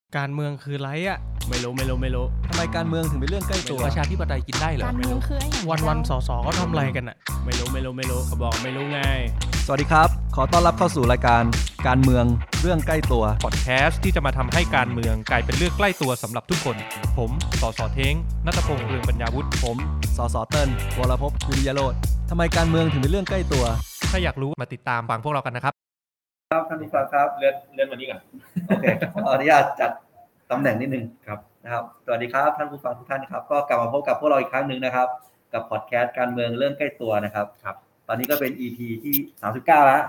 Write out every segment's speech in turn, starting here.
การเมืองคือไรอ่ะไม่รู้ทำไมการเมืองถึงเป็นเรื่องใกล้ตัวประชาธิปไตยกินได้เหรอการเมืองคือไอ้วันสสเขาทำอะไรกันอ่ะไม่รู้เขาบอกไม่รู้ไงสวัสดีครับขอต้อนรับเข้าสู่รายการการเมืองเรื่องใกล้ตัวพอดแคสต์ที่จะมาทำให้การเมืองกลายเป็นเรื่องใกล้ตัวสำหรับทุกคนผมสสเท้งณัฐพงษ์เรืองปัญญาวุฒิผมสสเติ้ลวรภพวิริยโรจน์ทำไมการเมืองถึงเป็นเรื่องใกล้ตัวถ้าอยากรู้มาติดตามฟังพวกเรากันนะครับครับท่านผู้ฟังครับเลื่อนมานี่ก่อนโอเคขออนุญาตจัดตำแหน่งนิดนึงครับนะครับสวัสดีครับท่านผู้ฟังทุกท่านครับก็กลับมาพบกับพวกเราอีกครั้งนึงนะครับกับพอดแคสต์การเมืองเรื่องใกล้ตัวนะครับตอนนี้ก็เป็น EP ที่39แล้ว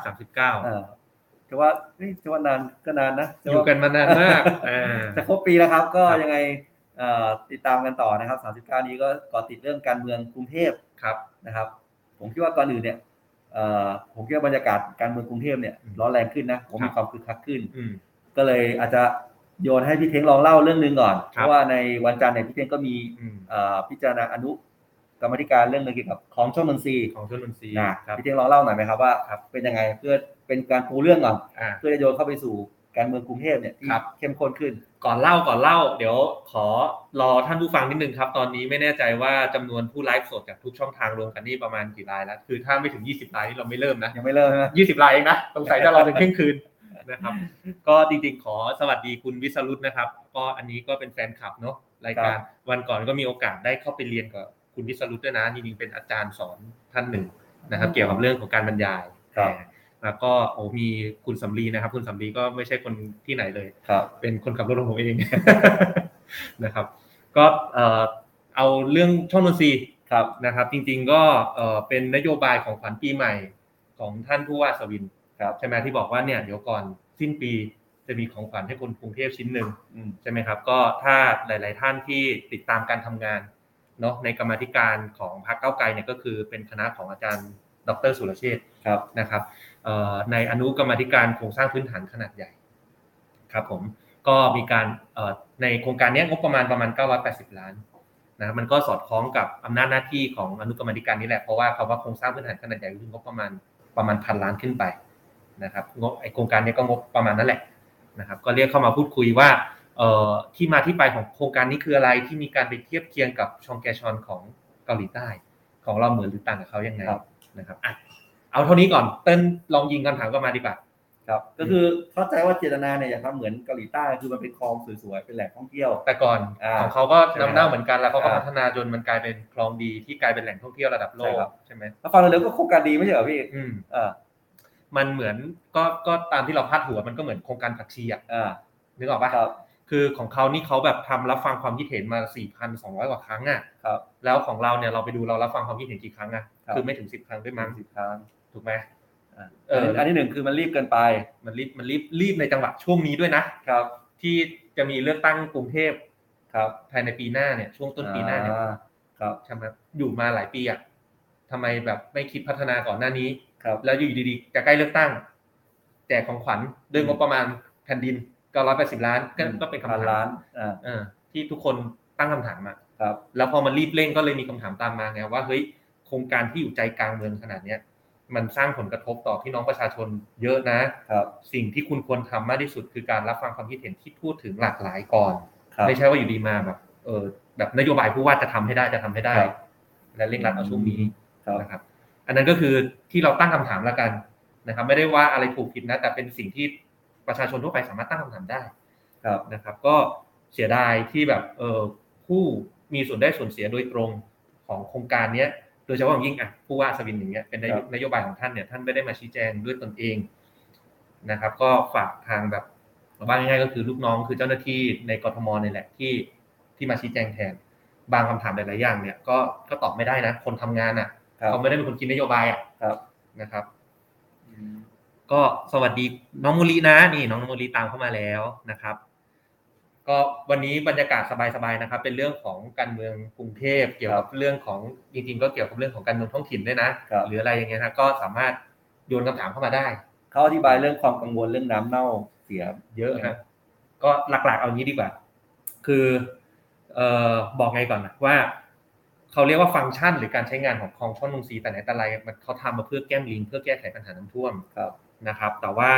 39จะว่านานก็นานนะอยู่กันมานานมากจะครบปีแล้วครับก็ยังไงติดตามกันต่อนะครับ39นี้ก็ก่อติดเรื่องการเมืองกรุงเทพนะครับผมคิดว่าก่อนอื่นเนี่ยผมคิดว่าบรรยากาศการเมืองกรุงเทพเนี่ยร้อนแรงขึ้นนะผมมีความคึกคักขึ้นก็เลยอาจจะโยนให้พี่เท้งลองเล่าเรื่องนึงก่อนเพราะว่าในวันจันทร์เนี่ยพี่เท้งก็มีพิจารณาอนุกรรมธิการเรื่องนึงเกี่ยวกับของช่องนนทรีนะพี่เท้งลองเล่าหน่อยไหมครับว่าเป็นยังไงเพื่อเป็นการปูเรื่องก่อนเพื่อจะโยนเข้าไปสู่การเมืองกรุงเทพเนี่ยที่เข้มข้นขึ้นก่อนเล่าเดี๋ยวขอรอท่านผู้ฟังนิดนึงครับตอนนี้ไม่แน่ใจว่าจำนวนผู้ไลฟ์สดจากทุกช่องทางรวมกันนี่ประมาณกี่รายแล้วคือถ้าไม่ถึง20รายนี่เราไม่เริ่มนะยังไม่เริ่มนะ 20รายเองนะสงสัยจะรอจนเที่ยงคืนนะครับก็จริงๆขอสวัสดีคุณวิสรุตนะครับก็อันนี้ก็เป็นแฟนคลับเนาะรายการวันก่อนก็มีโอกาสได้เข้าไปเรียนกับคุณวิสรุตด้วยนะจริงๆเป็นอาจารย์สอนท่านหนึ่งนะครับเกี่ยวกับเรื่องของการบรรยายแล้วก็มีคุณสำลีนะครับคุณสำลีก็ไม่ใช่คนที่ไหนเลยเป็นคนขับรถของผมเองนะครับก็เอาเรื่องช่องนนทรีนะครับจริงๆก็เป็นนโยบายของขวัญปีใหม่ของท่านผู้ว่าสวินใช่ไหมที่บอกว่าเนี่ยเดี๋ยวก่อนสิ้นปีจะมีของขวัญให้คนกรุงเทพชิ้นนึงใช่ไหมครับก็ถ้าหลายๆท่านที่ติดตามการทำงานเนาะในกรรมาธิการของพรรคก้าวไกลเนี่ยก็คือเป็นคณะของอาจารย์ดร.สุรเชษฐ์นะครับในอนุกรรมาธิการโครงสร้างพื้นฐานขนาดใหญ่ครับผมก็มีการในโครงการนี้งบประมาณ980 ล้านนะมันก็สอดคล้องกับอำนาจหน้าที่ของอนุกรรมาธิการนี้แหละเพราะว่าคำว่าโครงสร้างพื้นฐานขนาดใหญ่คืองบประมาณ1,000 ล้านขึ้นไปนะครับงบโครงการนี้ก็งบประมาณนั้นแหละนะครับก็เรียกเข้ามาพูดคุยว่าที่มาที่ไปของโครงการนี้คืออะไรที่มีการไปเทียบเคียงกับชองแกชอนของเกาหลีใต้ของเราเหมือนหรือต่างกับเขายังไงนะครับเอาเท่านี้ก่อนเติ้ลลองยิงคำถามก็มาดีกว่าครับก็คือเข้าใจว่าเจตนาเนี่ยอยากทำเหมือนเกาหลีใต้คือมันเป็นคลองสวยๆเป็นแหล่งท่องเที่ยวแต่ก่อนของเขาก็นำหน้าเหมือนกันแล้วเขาก็พัฒนาจนมันกลายเป็นคลองดีที่กลายเป็นแหล่งท่องเที่ยวระดับโลกใช่ไหมแล้วฟังแล้วก็โครงการดีไม่ใช่เหรอพี่มันเหมือนก็ตามที่เราพาดหัวมันก็เหมือนโครงการผักชีนึกออกป่ะคือของเขานี่เขาแบบทำรับฟังความคิดเห็นมา 4,200 กว่าครั้งแล้วของเราเนี่ยเราไปดูเรารับฟังความคิดเห็นกี่ครั้งคือไม่ถึง10ครั้งด้วยมั้ง 10ครั้งถูกไหมอันที่หนึ่งคือมันรีบเกินไปมันรีบในจังหวะช่วงนี้ด้วยนะครับที่จะมีเลือกตั้งกรุงเทพภายในปีหน้าเนี่ยช่วงต้นปีหน้าเนี่ยใช่ไหมอยู่มาหลายปีทำไมแบบไม่คิดพัฒนาก่อนหน้านี้แล้วอยู่ดีๆจะใกล้เลือกตั้งแจกของขวัญด้วยงบประมาณแผ่นดิน980 ล้านก็เป็นคำถามที่ทุกคนตั้งคำถามแล้วพอมันรีบเร่งก็เลยมีคำถามตามมาไงว่าเฮ้ยโครงการที่อยู่ใจกลางเมืองขนาดนี้มันสร้างผลกระทบต่อพี่น้องประชาชนเยอะนะสิ่งที่คุณควรทำมากที่สุดคือการรับฟังความคิดเห็นที่พูดถึงหลากหลายก่อนไม่ใช่ว่าอยู่ดีมาแบบนโยบายผู้ว่าจะทำให้ได้และเร่งรัดเอาช่วงนี้นะครับอันนั้นก็คือที่เราตั้งคำถามแล้วกันนะครับไม่ได้ว่าอะไรถูกผิดนะแต่เป็นสิ่งที่ประชาชนทั่วไปสามารถตั้งคำถามได้นะครับก็เสียดายที่แบบผู้มีส่วนได้ส่วนเสียโดยตรงของโครงการนี้โดยเฉพาะอย่างยิ่งผู้ว่าสวินอย่างเงี้ยเป็นนโยบายของท่านเนี่ยท่านไม่ได้มาชี้แจงด้วยตนเองนะครับก็ฝากทางแบบว่าง่ายๆก็คือลูกน้องคือเจ้าหน้าที่ในกทมนี่แหละที่มาชี้แจงแทนบางคำถามหลายๆอย่างเนี่ยก็ตอบไม่ได้นะคนทำงานเขาไม่ได้เป็นคนคิดนโยบายนะครับก็สวัสดีน้องมูลีนะนี่น้องมูลีตามเข้ามาแล้วนะครับก็วันนี้บรรยากาศสบายๆนะครับเป็นเรื่องของการเมืองกรุงเทพเกี่ยวกับเรื่องของจริงๆก็เกี่ยวกับเรื่องของการเมืองท้องถิ่นด้วยนะหรืออะไรอย่างเงี้ยนะก็สามารถโยนคำถามเข้ามาได้เขาอธิบายเรื่องความกังวลเรื่องน้ำเน่าเสียเยอะนะก็หลักๆเอางี้ดีกว่าคือบอกไงก่อนนะว่าเขาเรียกว่าฟังก์ชันหรือการใช้งานของคลองช่องนนทรีแต่ไหนแต่ไรเขาทำมาเพื่อแก้มลิงเพื่อแก้ไขปัญหาน้ำท่วมนะครับแต่ว่า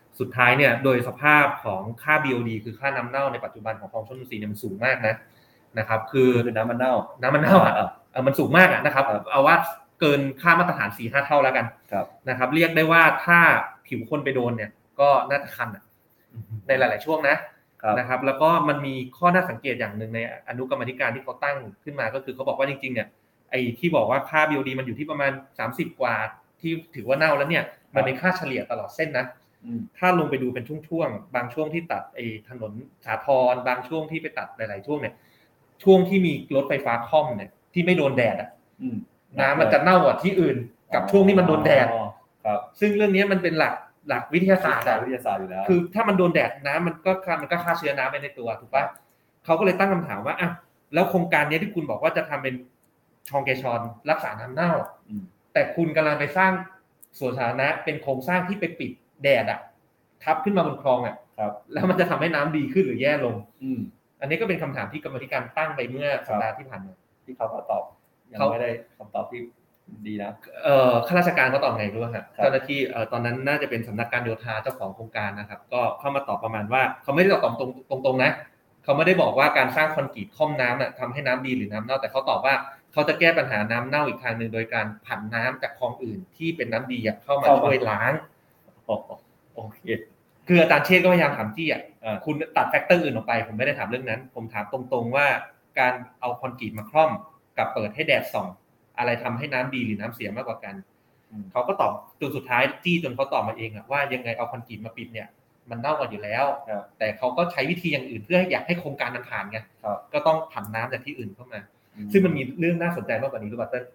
สุดท้ายเนี่ยโดยสภาพของค่า BOD คือค่าน้ำเน่าในปัจจุบันของคลองชลบุรีเนี่ยมันสูงมากนะครับคือน้ำมันเน่ามันสูงมากนะครับเอาว่าเกินค่ามาตรฐาน 4-5 เท่าแล้วกันนะครับเรียกได้ว่าถ้าผิวคนไปโดนเนี่ยก็น่าจะคันในหลายๆช่วงนะครับแล้วก็มันมีข้อน่าสังเกตอย่างนึงในอนุกรรมาธิการที่เขาตั้งขึ้นมาก็คือเขาบอกว่าจริงๆเนี่ยไอ้ที่บอกว่าค่า BOD มันอยู่ที่ประมาณ30กว่าที่ถือว่าเน่าแล้วเนี่ยมันเป็นค่าเฉลี่ยตลอดเส้นนะถ้าลงไปดูเป็นช่วงๆบางช่วงที่ตัดไอ้ถนนสาทรบางช่วงที่ไปตัดหลายๆช่วงเนี่ยช่วงที่มีรถไฟฟ้าค่อมเนี่ยที่ไม่โดนแดดน้ำมันจะเน่ากว่าที่อื่นกับช่วงที่มันโดนแดดซึ่งเรื่องนี้มันเป็นหลักวิทยาศาสตร์อยู่แล้วคือถ้ามันโดนแดดน้ำมันก็ฆ่าเชื้อน้ำไปในตัวถูกป่ะเขาก็เลยตั้งคำถามว่าอ่ะแล้วโครงการนี้ที่คุณบอกว่าจะทำเป็นชองเกชอนรักษาน้ำเน่าแต่คุณกำลังไปสร้างสวนสาธารณะเป็นโครงสร้างที่ไปปิดแดดทับขึ้นมาบนคลองแล้วมันจะทำให้น้ำดีขึ้นหรือแย่ลงอันนี้ก็เป็นคำถามที่กรรมาธิการตั้งไปเมื่อสัปดาห์ที่ผ่านมาที่เขาก็ตอบยังไม่ได้คำตอบที่ดีนะข้าราชการเขาตอบไงรู้ป่ะครับเจ้าหน้าที่ตอนนั้นน่าจะเป็นสำนักการโยธาเจ้าของโครงการนะครับก็เข้ามาตอบประมาณว่าเขาไม่ได้ตอบตรงนะเขาไม่ได้บอกว่าการสร้างคอนกรีตค่อมน้ำทำให้น้ำดีหรือน้ำเน่าแต่เขาตอบว่าเขาจะแก้ปัญหาน้ำเน่าอีกทางนึงโดยการผันน้ำจากคลองอื่นที่เป็นน้ำดีเข้ามาช่วยล้างโอเคคืออาจารย์เชษฐ์ก็พยายามถามจี้คุณตัดแฟกเตอร์อื่นออกไปผมไม่ได้ถามเรื่องนั้นผมถามตรงๆว่าการเอาคอนกรีตมาคล่อมกับเปิดให้แดดส่องอะไรทำให้น้ำดีหรือน้ำเสียมากกว่ากันเขาก็ตอบจนสุดท้ายจี้จนเขาตอบมาเองว่ายังไงเอาคอนกรีตมาปิดเนี่ยมันเน่ากันอยู่แล้วแต่เขาก็ใช้วิธีอย่างอื่นเพื่ออยากให้โครงการมันผ่านไงก็ต้องผันน้ำจากที่อื่นเข้ามาซึ่งมันมีเรื่องน่าสนใจมากกว่านี้รู้ป่ะเติ้ล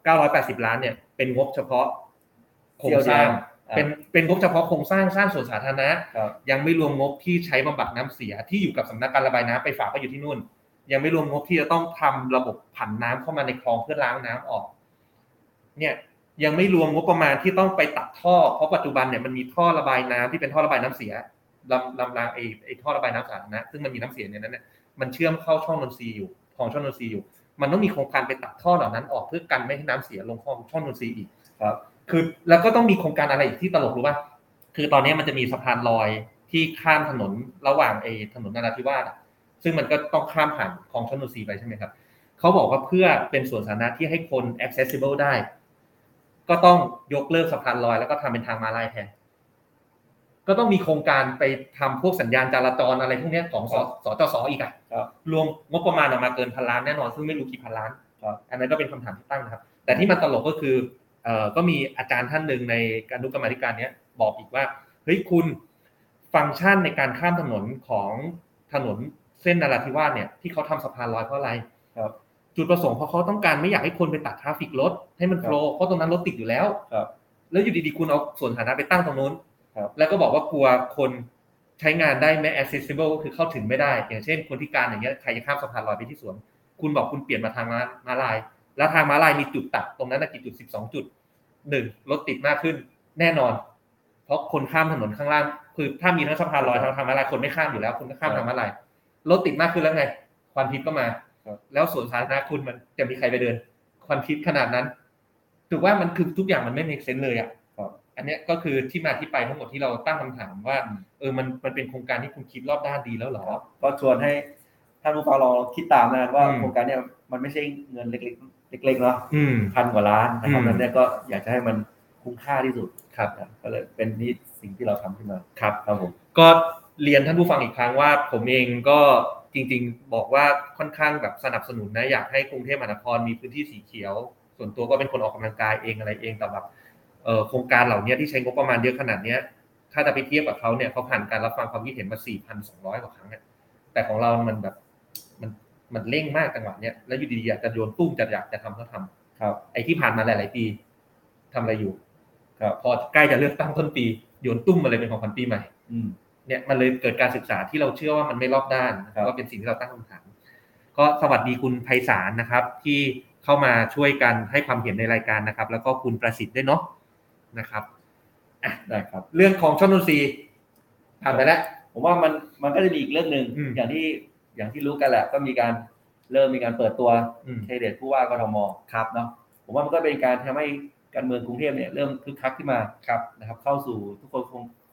980 ล้านเนี่ยเป็นงบเฉพาะโครงสร้างเป็นงบเฉพาะโครงสร้างสวนสาธารณะยังไม่รวมงบที่ใช้บำบัดน้ำเสียที่อยู่กับสำนักการระบายน้ำไปฝากก็อยู่ที่นู่นยังไม่รวมงบที่จะต้องทำระบบผันน้ำเข้ามาในคลองเพื่อล้างน้ำออกเนี่ยยังไม่รวมงบประมาณที่ต้องไปตัดท่อเพราะปัจจุบันเนี่ยมันมีท่อระบายน้ำที่เป็นท่อระบายน้ำเสียลำรางไอ้ท่อระบายน้ำสาธารณะซึ่งมันมีน้ำเสียในนั้นเนี่ยมันเชื่อมเข้าช่องนนทรีย์อยู่คลองช่องนนทรีย์อยู่มันต้องมีโครงการไปตัดท่อเหล่านั้นออกเพื่อกันไม่ให้น้ำเสียลงคลองช่องนนทรีย์อีกครับคือแล้วก็ต้องมีโครงการอะไรอีกที่ตลกรู้ป่ะคือตอนนี้มันจะมีสะพานลอยที่ข้ามถนนระหว่างถนนนราธิวาสซึ่งมันก็ต้องข้ามผ่านคลองชลบุรีไปใช่ไหมครับเขาบอกว่าเพื่อเป็นสวนสาธารณะที่ให้คน accessible ได้ก็ต้องยกเลิกสะพานลอยแล้วก็ทำเป็นทางม้าลายแทนก็ต้องมีโครงการไปทำพวกสัญญาณจราจรอะไรพวกนี้ของสจส.อีกรวมงบประมาณออกมาเกิน1,000 ล้านแน่นอนซึ่งไม่รู้กี่พันล้านอันนั้นก็เป็นคำถามที่ตั้งนะครับแต่ที่มันตลกก็คือก็มีอาจารย์ท่านหนึ่งในอนุกรรมาธิการนี้บอกอีกว่าเฮ้ยคุณฟังก์ชันในการข้ามถนนของถนนเส้นนราธิวาสเนี่ยที่เขาทำสะพานลอยเพราะอะไรจุดประสงค์เพราะเขาต้องการไม่อยากให้คนไปตัดทราฟฟิกรถให้มันโฟลว์เพราะตรงนั้นรถติดอยู่แล้วแล้วอยู่ดีๆคุณเอาส่วนสาธารณะไปตั้งตรงนู้นแล้วก็บอกว่ากลัวคนใช้งานได้ไม่ accessible ก็คือเข้าถึงไม่ได้อย่างเช่นคนพิการอย่างเงี้ยใครจะข้ามสะพานลอยไปที่สวนคุณบอกคุณเปลี่ยนมาทางม้าลายแล้วทางม้าลายมีจุดตัดตรงนั้นกี่จุด12จุด1รถติดมากขึ้นแน่นอนเพราะคนข้ามถนนข้างล่างคือถ้ามีทั้งสะพานลอยทางม้าลายคนไม่ข้ามอยู่แล้วคุณก็ข้ามทางม้าลายรถติดมากขึ้นแล้วไงควันพิษก็มาแล้วสวนสาธารณะคุณมันจะมีใครไปเดินควันพิษขนาดนั้นถือว่ามันคือทุกอย่างมันไม่เมคเซนส์เลยอันนี้ก็คือที่มาที่ไปทั้งหมดที่เราตั้งคำถามว่ามันเป็นโครงการที่คุณคิดรอบด้านดีแล้วเหรอก็ชวนให้ท่านผู้ฟังลองคิดตามนะว่าโครงการนี้มันไม่ใช่เงินเล็กๆเนาะ1,000 กว่าล้านนะครับนั้นเนี่ยก็อยากจะให้มันคุ้มค่าที่สุดครับก็เลยเป็นนี่สิ่งที่เราทำขึ้นมาครับผมก็เรียนท่านผู้ฟังอีกครั้งว่าผมเองก็จริงๆบอกว่าค่อนข้างแบบสนับสนุนนะอยากให้กรุงเทพมหานครมีพื้นที่สีเขียวส่วนตัวก็เป็นคนออกกำลังกายเองอะไรเองแต่แบบโครงการเหล่านี้ที่ใช้งบประมาณเยอะขนาดนี้ถ้าจะไปเทียบกับเขาเนี่ยเขาผ่านการรับฟังความคิดเห็นมา 4,200 กว่าครั้งแต่ของเรามันแบบมันเร่งมากจังหวะเนี้ยแล้วอยู่ดีๆอยากจะโยนตุ้มอยากจะทำก็ทำครับไอ้ที่ผ่านมาหลายๆปีทำอะไรอยู่พอใกล้จะเลือกตั้งต้นปีโยนตุ้มมาเลยเป็นของขวัญปีใหม่เนี่ยมันเลยเกิดการศึกษาที่เราเชื่อว่ามันไม่รอบด้านก็เป็นสิ่งที่เราตั้งคำถามก็สวัสดีคุณไพศาลนะครับที่เข้ามาช่วยกันให้ความเห็นในรายการนะครับแล้วก็คุณประสิทธิ์ด้วยเนาะนะครับได้ครับเรื่องของชลบุรีผ่านไปแล้วผมว่ามันก็จะมีอีกเรื่องนึงอย่างที่รู้กันแหละก็เริ่มมีการเปิดตัวแคนดิเดตผู้ว่ากทมครับเนาะผมว่ามันก็เป็นการทำให้การเมืองกรุงเทพเนี่ยเริ่มคึกคักขึ้นมานะครับเข้าสู่ทุกคนค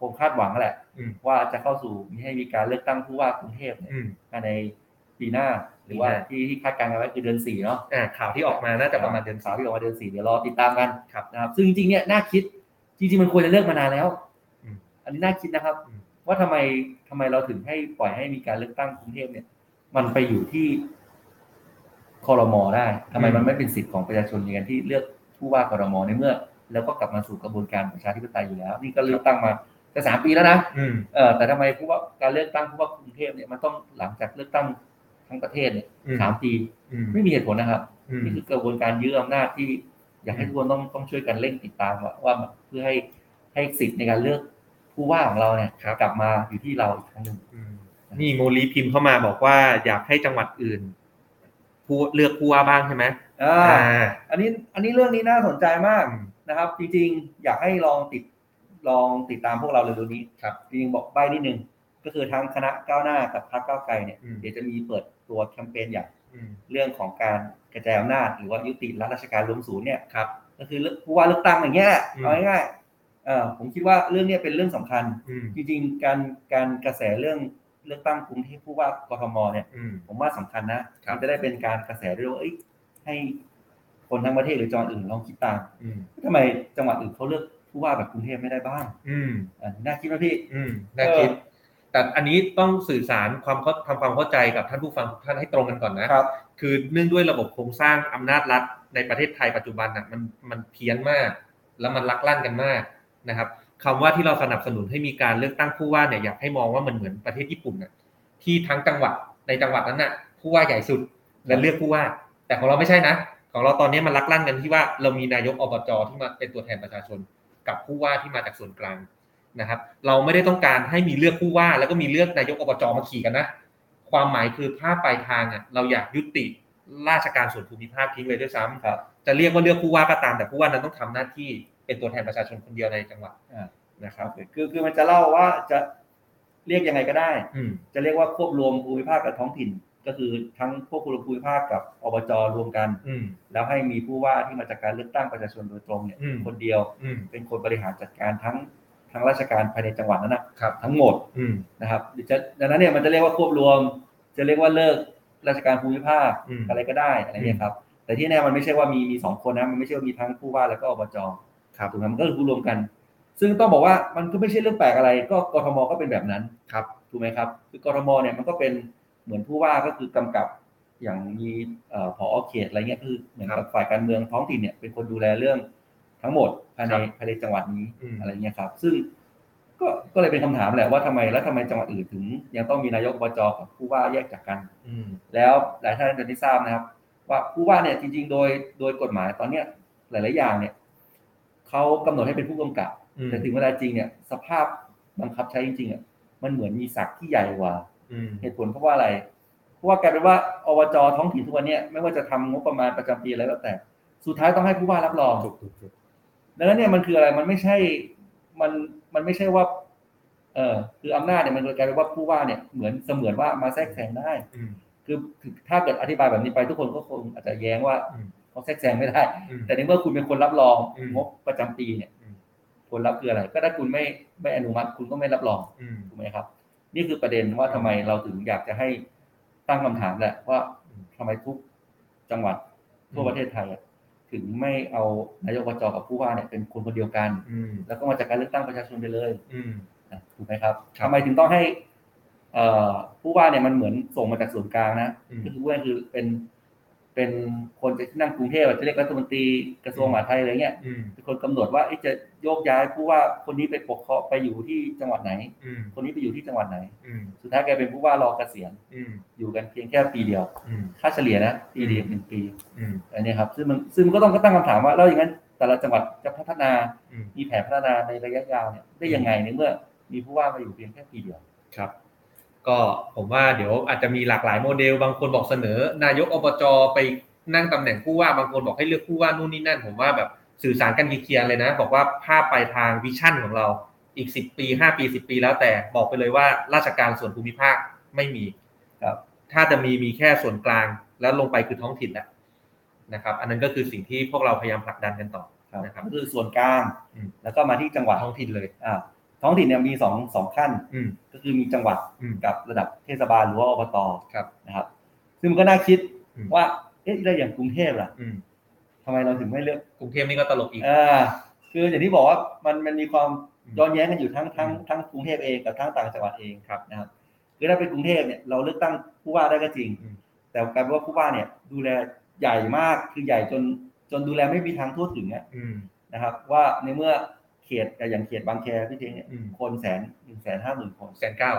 คงคาดหวังแหละว่าจะเข้าสู่ให้มีการเลือกตั้งผู้ว่ากรุงเทพเนี่ยในปีหน้าหรือว่าที่คาดการณ์กันไว้คือเดือน4เนาะข่าวที่ออกมาน่าจะประมาณเดือนข่าวที่ออกมาเดือน4เดี๋ยวรอติดตามกันนะครับซึ่งจริงๆเนี่ยน่าคิดจริงๆมันควรจะเลือกมานานแล้วอันนี้น่าคิดนะครับว่าทำไมเราถึงให้ปล่อยให้มีการเลือกตั้งกรุงเทพเนี่ยมันไปอยู่ที่ครม.ได้ทำไมมันไม่เป็นสิทธิ์ของประชาชนในการที่เลือกผู้ว่ากรม.ในเมื่อแล้วก็กลับมาสู่กระบวนการประชาธิปไตยอยู่แล้วนี่ก็เลือกตั้งมาจะ3 ปีแล้วนะแต่ทำไมผู้ว่าการเลือกตั้งผู้ว่ากรุงเทพเนี่ยมันต้องหลังจากเลือกตั้งทั้งประเทศเนี่ย3 ปีไม่มีเหตุผลนะครับนี่คือกระบวนการยื้ออำนาจที่อยากให้ทุกคนต้องช่วยกันเร่งติดตามว่าเพื่อให้สิทธิ์ในการเลือกผู้ว่าของเราเนี่ยกลับมาอยู่ที่เราอีกครั้งนึงนี่โมลีพิมพ์เข้ามาบอกว่าอยากให้จังหวัดอื่นเลือกผู้ว่าบ้างใช่ไหมอันนี้เรื่องนี้น่าสนใจมากนะครับจริงๆอยากให้ลองติดตามพวกเราเร็วๆนี้ครับจริงๆบอกใบนิดนึงก็คือทั้งคณะก้าวหน้ากับพรรคก้าวไกลเนี่ยเดี๋ยวจะมีเปิดตัวแคมเปญใหญ่เรื่องของการกระจายอำนาจหรือว่ายุติรัฐราชการรวมศูนย์เนี่ยครับก็คือผู้ว่าเลือกตั้งอย่างเงี้ยเอาง่ายๆผมคิดว่าเรื่องนี้เป็นเรื่องสำคัญจริงๆการกระแสเรื่องเลือกตั้งกรุงเทพผู้ว่ากทมเนี่ยผมว่าสำคัญนะมันจะได้เป็นการกระแสด้วยว่าให้คนทั้งประเทศหรือจังหวัดอื่นลองคิดตามทำไมจังหวัดอื่นเขาเลือกผู้ว่าแบบกรุงเทพไม่ได้บ้างน่าคิดไหมพี่น่าคิดแต่อันนี้ต้องสื่อสารทำความเข้าใจกับท่านผู้ฟังทุกท่านให้ตรงกันก่อนนะครับคือเนื่องด้วยระบบโครงสร้างอำนาจรัฐในประเทศไทยปัจจุบันมันเพี้ยนมากแล้วมันลักลั่นกันมากนะครับคำว่าที่เราสนับสนุนให้มีการเลือกตั้งผู้ว่าเนี่ยอยากให้มองว่ามันเหมือนประเทศญี่ปุ่นน่ะที่ทั้งจังหวัดในจังหวัดนั้นน่ะผู้ว่าใหญ่สุดและเลือกผู้ว่าแต่ของเราไม่ใช่นะของเราตอนนี้มันลักลั่นกันที่ว่าเรามีนายกอบจ.ที่มาเป็นตัวแทนประชาชนกับผู้ว่าที่มาจากส่วนกลางนะครับเราไม่ได้ต้องการให้มีเลือกผู้ว่าแล้วก็มีเลือกนายกอบจ.มาขี่กันนะความหมายคือภาพปลายทางอ่ะเราอยากยุติราชการส่วนภูมิภาคทิ้งเลยด้วยซ้ำจะเรียกว่าเลือกผู้ว่าก็ตามแต่ผู้ว่านั้นต้องทำหน้าที่เป็นตัวแทนประชาชนคนเดียวในจังหวัดนะครับคือมันจะเล่าว่าจะเรียกยังไงก็ได้จะเรียกว่าควบรวมภูมิภาคกับท้องถิ่นก็คือทั้งควบรวมภูมิภาคกับอบจ.รวมกันแล้วให้มีผู้ว่าที่มาจากการเลือกตั้งประชาชนโดยตรงเนี่ยคนเดียวเป็นคนบริหารจัดการทั้งราชการภายในจังหวัดนั้นนะทั้งหมดนะครับดังนั้นเนี่ยมันจะเรียกว่าควบรวมจะเรียกว่าเลิกราชการภูมิภาคอะไรก็ได้อะไรเนี่ยครับแต่ที่แน่มันไม่ใช่ว่ามี2 คนนะมันไม่ใช่ว่ามีทั้งผู้ว่าแล้วก็อบจ.ถูกไหมมันก็คือรวมกันซึ่งต้องบอกว่ามันก็ไม่ใช่เรื่องแปลกอะไรก็กทม.ก็เป็นแบบนั้นครับถูกไหมครับคือกทม.เนี่ยมันก็เป็นเหมือนผู้ว่าก็คือกำกับอย่างมีผอ.เขตอะไรเงี้ยคือเหมือนกับฝ่ายการเมืองท้องถิ่นเนี่ยเป็นคนดูแลเรื่องทั้งหมดภายในจังหวัดนี้อะไรเงี้ยครับซึ่งก็เลยเป็นคำถามแหละว่าทำไมจังหวัดอื่นถึงยังต้องมีนายกอบจ.กับผู้ว่าแยกจากกันแล้วหลายท่านจะได้ทราบนะครับว่าผู้ว่าเนี่ยจริงๆโดยกฎหมายตอนเนี้ยหลายๆอย่างเนี่ยเขากำหนดให้เป็นผู้กำกับแต่ถึงเวลาจริงเนี่ยสภาพบังคับใช้จริงๆอ่ะมันเหมือนมีศักดิ์ที่ใหญ่กว่าเหตุผลเพราะว่าอะไรเพราะว่ากลายเป็นว่าอบจ.ท้องถิ่นทุกวันนี้ไม่ว่าจะทำงบประมาณประจำปีอะไรก็แต่สุดท้ายต้องให้ผู้ว่ารับรองดังนั้นเนี่ยมันคืออะไรมันไม่ใช่มันไม่ใช่ว่าคืออำนาจเนี่ยมันกลายเป็นว่าผู้ว่าเนี่ยเหมือนเสมือนว่ามาแทรกแซงได้คือถ้าเกิดอธิบายแบบนี้ไปทุกคนก็คงอาจจะแย้งว่าเขาแทรกแซงไม่ได้แต่ในเมื่อคุณเป็นคนรับรองงบประจำปีเนี่ยผลลัพธ์คืออะไรก็ถ้าคุณไม่อนุมัติคุณก็ไม่รับรองถูกไหมครับนี่คือประเด็นว่าทำไมเราถึงอยากจะให้ตั้งคำถามแหละว่าทำไมทุกจังหวัดทั่วประเทศไทยถึงไม่เอานายกอบจ.กับผู้ว่าเนี่ยเป็นคนเดียวกันแล้วก็มาจากการเลือกตั้งประชาชนไปเลยถูกไหมครับทำไมถึงต้องให้ผู้ว่าเนี่ยมันเหมือนส่งมาจากส่วนกลางนะก็คือว่าคือเป็นคนที่นั่งกรุงเทพจะเรียกรัฐมนตรีกระทรวงมหาดไทยอะไรเงี้ยเป็นคนกำหนดว่าจะโยกย้ายผู้ว่าคนนี้ไปปกครองไปอยู่ที่จังหวัดไหนคนนี้ไปอยู่ที่จังหวัดไหนสุดท้ายแกเป็นผู้ว่ารอเกษียณอยู่กันเพียงแค่ปีเดียวค่าเฉลี่ยนะปีเดียว1 ปีอันนี้ครับซึ่งมันก็ต้องตั้งคำถามว่าแล้วอย่างนั้นแต่ละจังหวัดจะพัฒนามีแผนพัฒนาในระยะยาวเนี่ยได้ยังไงในเมื่อมีผู้ว่ามาอยู่เพียงแค่ปีเดียวครับก็ผมว่าเดี๋ยวอาจจะมีหลากหลายโมเดลบางคนบอกเสนอนายกอบจ.ไปนั่งตำแหน่งผู้ว่าบางคนบอกให้เลือกผู้ว่านู่นนี่นั่นผมว่าแบบสื่อสารกันเคลียร์เลยนะบอกว่าภาพปลายทางวิชั่นของเราอีก10 ปี5 ปี10 ปีแล้วแต่บอกไปเลยว่าราชการส่วนภูมิภาคไม่มีครับถ้าจะมีแค่ส่วนกลางแล้วลงไปคือท้องถิ่นแหละนะครับอันนั้นก็คือสิ่งที่พวกเราพยายามผลักดันกันต่อนะครับคือส่วนกลางแล้วก็มาที่จังหวัดท้องถิ่นเลยท้องถิ่นเนี่ยมีสองขั้นก็คือมีจังหวัดกับระดับเทศบาลหรือว่าอบต.นะครับซึ่งมันก็น่าคิดว่าได้อย่างกรุงเทพล่ะทำไมเราถึงไม่เลือกกรุงเทพนี่ก็ตลกอีกคืออย่างที่บอกว่ามันมีความย้อนแย้งกันอยู่ทั้งกรุงเทพเองกับทั้งต่างจังหวัดเองนะครับคือถ้าเป็นกรุงเทพเนี่ยเราเลือกตั้งผู้ว่าได้ก็จริงแต่กลายเป็นว่าผู้ว่าเนี่ยดูแลใหญ่มากคือใหญ่จนดูแลไม่มีทางทั่วถึงนะครับว่าในเมื่อเขตอย่างเขตบางแคพี่เท้งเนี่ยคน150,000 คน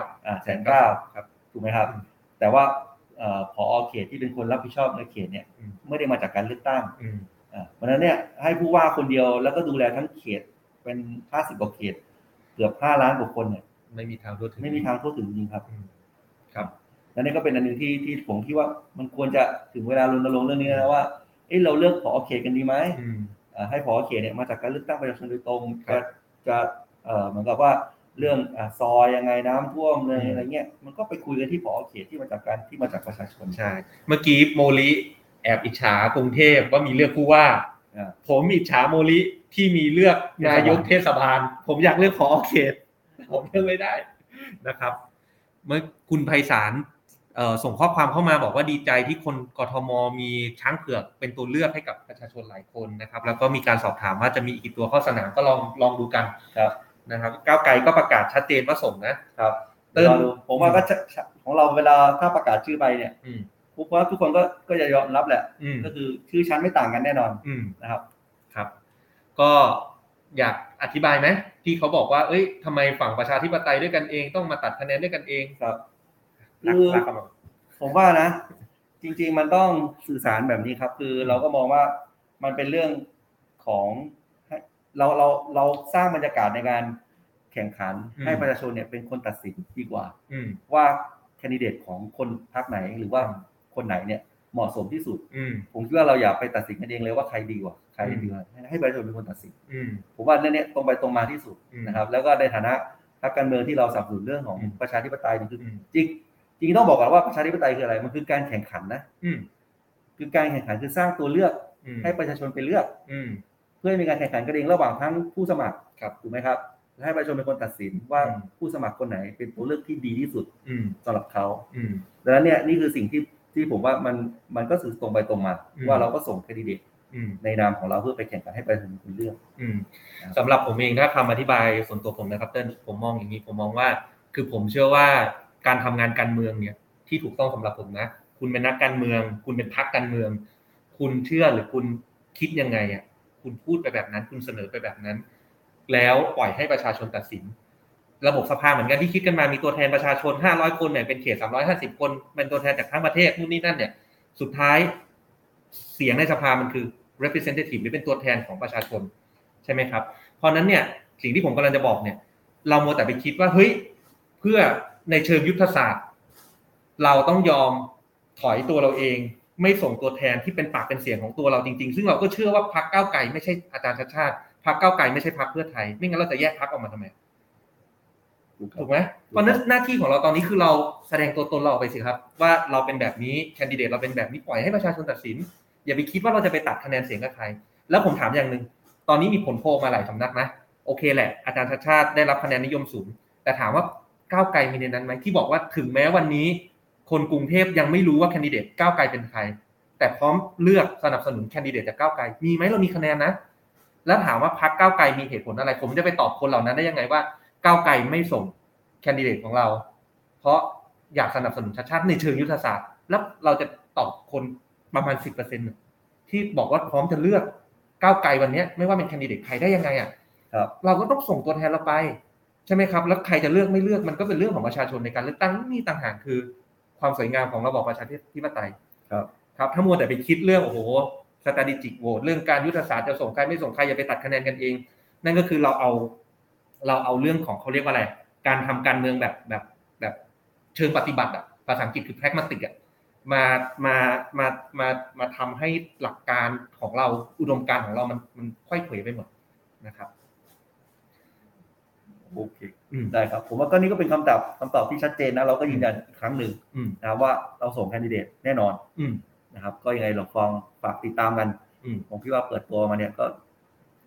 109,000ครับถูกไหมครับแต่ว่าผอ.เขตที่เป็นคนรับผิดชอบในเขตเนี่ยไม่ได้มาจากการเลือกตั้งเพราะฉะนั้นเนี่ยให้ผู้ว่าคนเดียวแล้วก็ดูแลทั้งเขตเป็น50 กว่าเขตเกือบ5 ล้านกว่าคนเนี่ยไม่มีทางทั่วถึงจริงครับและนี่ก็เป็นอันนึงที่ผมคิดว่ามันควรจะถึงเวลารณรงค์เรื่องนี้นะว่าเราเลือกผอ.เขตกันดีไหมให้ผอ.เขตเนี่ยมาจากการเลือกตั้งประชาชนโดยตรงจะเหมือนกับว่าเรื่องซอยยังไงน้ำท่วมอะไรเงี้ยมันก็ไปคุยกันที่ผอ.เขตที่มาจากประชาชนใช่เมื่อกี้โมลิแอบอิจฉากรุงเทพว่ามีเลือกผู้ว่าผมอิจฉาโมลิที่มีเลือกนายกเทศบาลผมอยากเลือกผอ.เขตผมเลือกไม่ได้นะครับเมื่อคุณไพศาลส่งข้อความเข้ามาบอกว่าดีใจที่คนกทม.มีช้างเผือกเป็นตัวเลือกให้กับประชาชนหลายคนนะครับแล้วก็มีการสอบถามว่าจะมีกี่ตัวเข้าสนามก็ลองดูกันนะครับก้าวไกลก็ประกาศชัดเจนว่าส่งนะครับผมว่าก็ของเราเวลาถ้าประกาศชื่อไปเนี่ยผมว่าทุกคนก็จะยอมรับแหละก็คือชื่อชั้นไม่ต่างกันแน่นอนนะครับก็อยากอธิบายไหมที่เขาบอกว่าทำไมฝั่งประชาธิปไตยด้วยกันเองต้องมาตัดคะแนนด้วยกันเองครับคือผมว่านะจริงๆมันต้องสื่อสารแบบนี้ครับคือเราก็มองว่ามันเป็นเรื่องของเราสร้างบรรยากาศในการแข่งขันให้ประชาชนเนี่ยเป็นคนตัดสินดีกว่าว่าแคนดิเดตของคนพรรคไหนหรือว่าคนไหนเนี่ยเหมาะสมที่สุดผมคิดว่าเราอย่าไปตัดสินกันเองเลยว่าใครดีกว่าใครดีกว่าให้ประชาชนเป็นคนตัดสินผมว่าเรื่องนี้ตรงไปตรงมาที่สุดนะครับแล้วก็ในฐานะพรรคการเมืองที่เราสนับสนุนเรื่องของประชาธิปไตยนี่คือจริงต้องบอกก่อนว่าประชาธิปไตยคืออะไรมันคือการแข่งขันนะคือการแข่งขันคือสร้างตัวเลือกให้ประชาชนไปเลือกเพื่อให้มีการแข่งขันกันเองระหว่างทั้งผู้สมัครถูกไหมครับให้ประชาชนเป็นคนตัดสินว่าผู้สมัครคนไหนเป็นตัวเลือกที่ดีที่สุดสำหรับเขาดังนั้นเนี่ยนี่คือสิ่งที่ผมว่ามันก็สื่อตรงไปตรงมาว่าเราก็ส่งแคนดิเดตในนามของเราเพื่อไปแข่งขันให้ประชาชนเป็นเลือกสำหรับผมเองถ้าคำอธิบายส่วนตัวผมนะครับเติ้ลผมมองอย่างนี้ผมมองว่าคือผมเชื่อว่าการทำงานการเมืองเนี่ยที่ถูกต้องสำหรับผมนะคุณเป็นนักการเมืองคุณเป็นพรรคการเมืองคุณเชื่อหรือคุณคิดยังไงอ่ะคุณพูดไปแบบนั้นคุณเสนอไปแบบนั้นแล้วปล่อยให้ประชาชนตัดสินระบบสภาเหมือนกันที่คิดกันมามีตัวแทนประชาชน500คนเนี่ยเป็นเขต350คนเป็นตัวแทนจากทั้งประเทศนู่นนี่นั่นเนี่ยสุดท้ายเสียงในสภามันคือ representative หรือเป็นตัวแทนของประชาชนใช่ไหมครับเพราะนั้นเนี่ยสิ่งที่ผมกำลังจะบอกเนี่ยเรามัวแต่ไปคิดว่าเฮ้ยเพื่อในเชิงยุทธศาสตร์เราต้องยอมถอยตัวเราเองไม่ส่งตัวแทนที่เป็นปากเป็นเสียงของตัวเราจริงๆซึ่งเราก็เชื่อว่าพรรคก้าวไกลไม่ใช่อาจารย์ชัชชาติพรรคก้าวไกลไม่ใช่พรรคเพื่อไทยไม่งั้นเราจะแยกพรรคออกมาทำไมถูกไหมเพราะนั้นหน้าที่ของเราตอนนี้คือเราแสดงตัวตนเราออกไปสิครับว่าเราเป็นแบบนี้แคนดิเดตเราเป็นแบบนี้ปล่อยให้ประชาชนตัดสินอย่าไปคิดว่าเราจะไปตัดคะแนนเสียงกับใครแล้วผมถามอย่างนึงตอนนี้มีผลโพลมาหลายสำนักนะโอเคแหละอาจารย์ชัชชาติได้รับคะแนนนิยมสูงแต่ถามว่าก้าวไกลมีในนั้นไหมที่บอกว่าถึงแม้วันนี้คนกรุงเทพยังไม่รู้ว่าแคนดิเดตก้าวไกลเป็นใครแต่พร้อมเลือกสนับสนุนแคนดิเดตจากก้าวไกลมีไหมเรามีคะแนนนะแล้วถามว่าพรรคก้าวไกลมีเหตุผลอะไรผมจะไปตอบคนเหล่านั้นได้ยังไงว่าก้าวไกลไม่ส่งแคนดิเดตของเราเพราะอยากสนับสนุนชัดๆในเชิงยุทธศาสตร์แล้วเราจะตอบคนประมาณ 10% ที่บอกว่าพร้อมจะเลือกก้าวไกลวันนี้ไม่ว่าเป็นแคนดิเดตใครได้ยังไงอ่ะเราก็ต้องส่งตัวแทนเราไปใช่ไหมครับแล้วใครจะเลือกไม่เลือกมันก็เป็นเรื่องของประชาชนในการเลือกตั้งนี่ต่างหากคือความสวยงามของระบอบประชาธิปไตยครับถ้ามัวแต่ไปคิดเรื่องโอ้โหstrategic vote เรื่องการยุทธศาสตร์จะส่งใครไม่ส่งใครอย่าไปตัดคะแนนกันเองนั่นก็คือเราเอาเรื่องของเขาเรียกว่าอะไรการทำการเมืองแบบเชิงปฏิบัติอ่ะภาษาอังกฤษคือ pragmatic อ่ะมาทำให้หลักการของเราอุดมการณ์ของเรามันค่อยเขวไปหมดนะครับโอเคได้ครับผมว่าก็นี่ก็เป็นคำตอบที่ชัดเจนนะเราก็ยืนยันอีกครั้งหนึ่งนะครับว่าเราส่งแคนดิเดตแน่นอนนะครับก็ยังไงลองฟังฝากติดตามกันผมคิดว่าเปิดตัวมาเนี่ยก็